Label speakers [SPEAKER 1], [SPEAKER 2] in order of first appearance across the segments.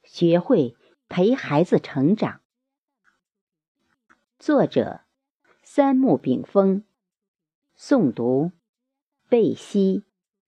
[SPEAKER 1] 学会陪孩子成长。作者：三木炳峰，诵读：贝西。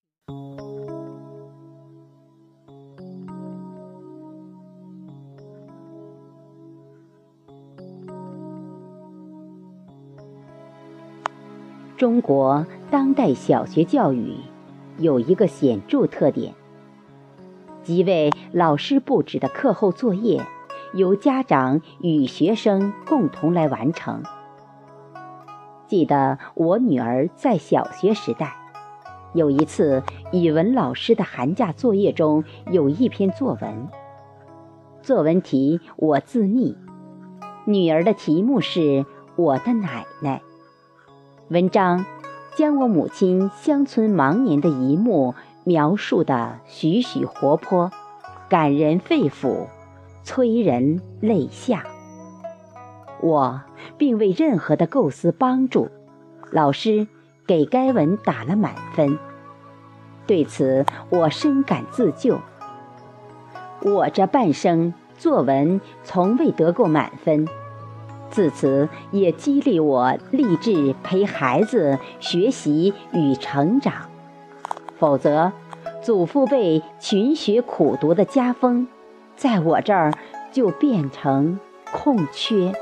[SPEAKER 1] 中国当代小学教育有一个显著特点，即为老师布置的课后作业由家长与学生共同来完成。记得我女儿在小学时代，有一次语文老师的寒假作业中有一篇作文，作文题我自拟，女儿的题目是我的奶奶。文章将我母亲乡村忙年的一幕描述得栩栩活泼，感人肺腑，催人泪下。我并未任何的构思帮助，老师给该文打了满分。对此我深感自疚，我这半生作文从未得过满分，自此也激励我立志陪孩子学习与成长，否则祖父辈勤学苦读的家风在我这儿就变成空缺。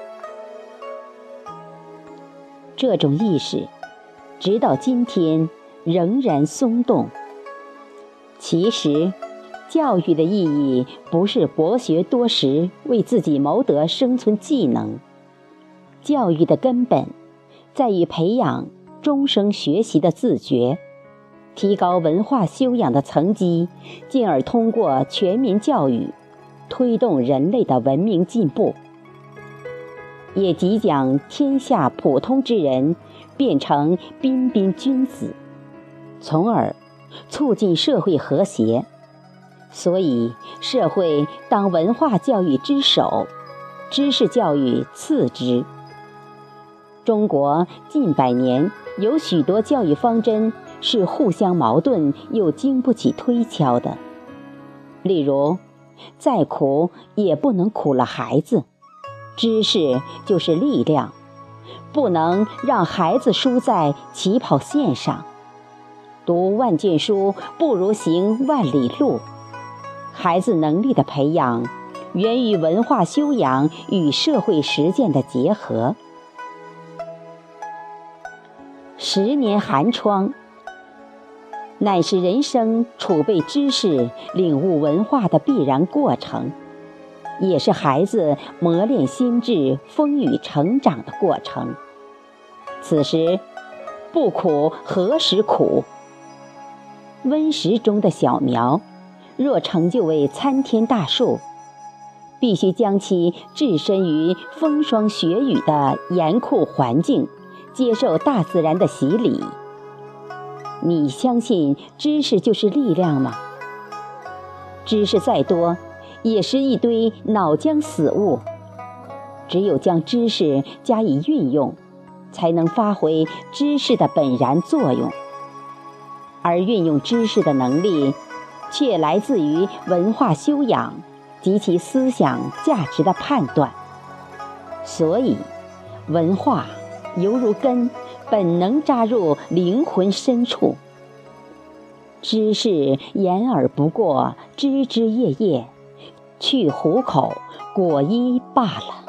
[SPEAKER 1] 这种意识直到今天仍然松动。其实教育的意义不是博学多识，为自己谋得生存技能，教育的根本在于培养终生学习的自觉，提高文化修养的层级，进而通过全民教育推动人类的文明进步，也即将天下普通之人变成彬彬君子，从而促进社会和谐。所以社会当文化教育之首，知识教育次之。中国近百年有许多教育方针是互相矛盾又经不起推敲的，例如再苦也不能苦了孩子，知识就是力量，不能让孩子输在起跑线上，读万卷书不如行万里路。孩子能力的培养源于文化修养与社会实践的结合。10年寒窗乃是人生储备知识、领悟文化的必然过程，也是孩子磨练心智、风雨成长的过程。此时不苦何时苦？温室中的小苗若成就为参天大树，必须将其置身于风霜雪雨的严酷环境，接受大自然的洗礼。你相信知识就是力量吗？知识再多也是一堆脑浆死物，只有将知识加以运用，才能发挥知识的本然作用。而运用知识的能力却来自于文化修养及其思想价值的判断。所以文化犹如根，本能扎入灵魂深处。知识掩耳不过，枝枝叶叶，去虎口，果衣罢了。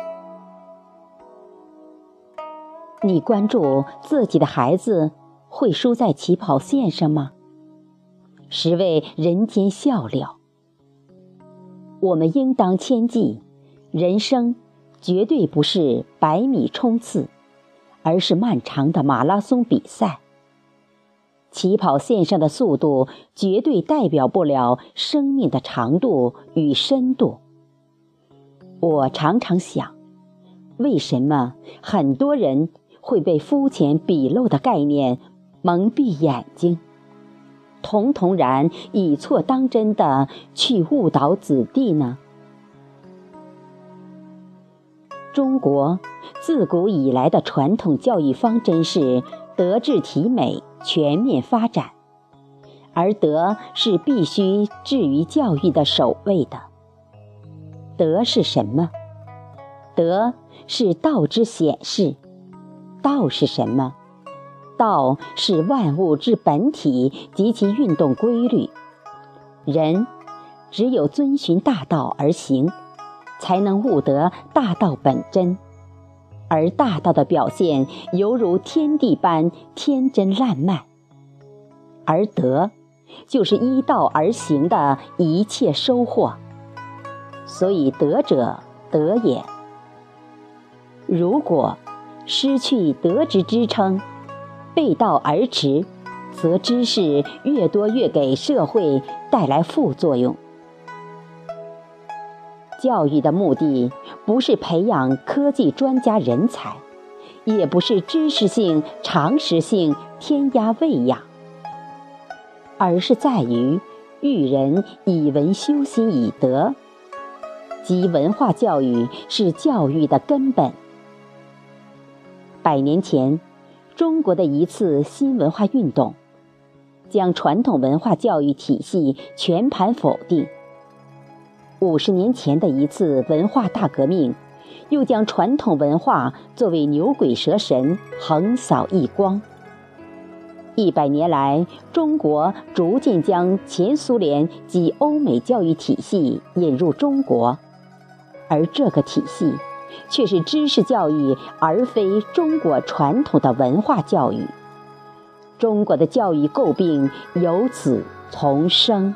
[SPEAKER 1] 你关注自己的孩子会输在起跑线上吗？实为人间笑料。我们应当切记，人生绝对不是100米冲刺，而是漫长的马拉松比赛。起跑线上的速度绝对代表不了生命的长度与深度。我常常想，为什么很多人会被肤浅鄙陋的概念蒙蔽眼睛，统统然以错当真的去误导子弟呢？中国自古以来的传统教育方针是德智体美全面发展，而德是必须置于教育的首位的。 德是什么？德是道之显示。道是什么？道是万物之本体及其运动规律。人只有遵循大道而行，才能悟得大道本真。而大道的表现犹如天地般天真烂漫，而德就是依道而行的一切收获。所以德者德也。如果失去德之支撑，背道而驰，则知识越多越给社会带来副作用。教育的目的不是培养科技专家人才，也不是知识性、常识性添鸭喂养，而是在于育人以文修心以德，即文化教育是教育的根本。100年前，中国的一次新文化运动，将传统文化教育体系全盘否定。50年前的一次文化大革命，又将传统文化作为牛鬼蛇神横扫一光。100年来，中国逐渐将前苏联及欧美教育体系引入中国，而这个体系却是知识教育，而非中国传统的文化教育。中国的教育诟病由此丛生。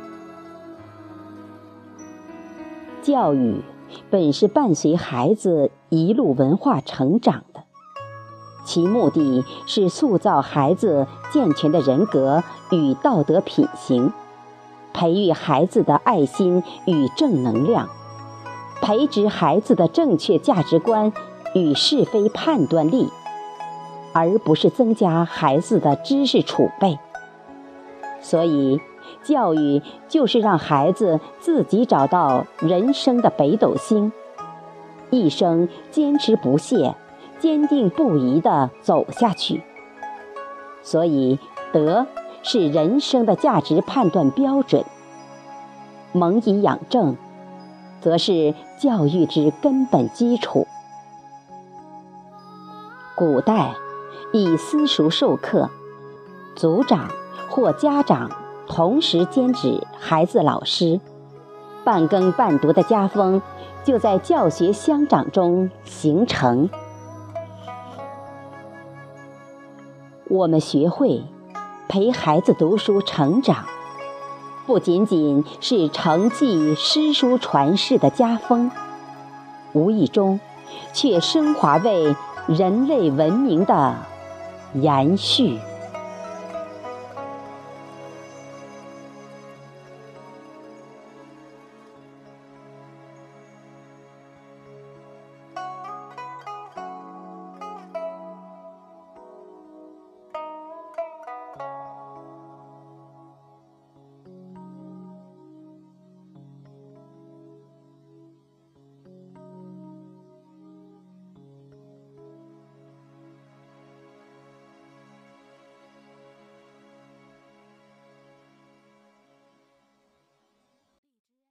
[SPEAKER 1] 教育本是伴随孩子一路文化成长的，其目的是塑造孩子健全的人格与道德品行，培育孩子的爱心与正能量，培植孩子的正确价值观与是非判断力，而不是增加孩子的知识储备。所以教育就是让孩子自己找到人生的北斗星，一生坚持不懈、坚定不移地走下去。所以德是人生的价值判断标准，蒙以养正则是教育之根本基础。古代以私塾授课，族长或家长同时兼指孩子老师，半耕半读的家风就在教学相长中形成。我们学会陪孩子读书成长，不仅仅是承继诗书传世的家风，无意中却升华为人类文明的延续。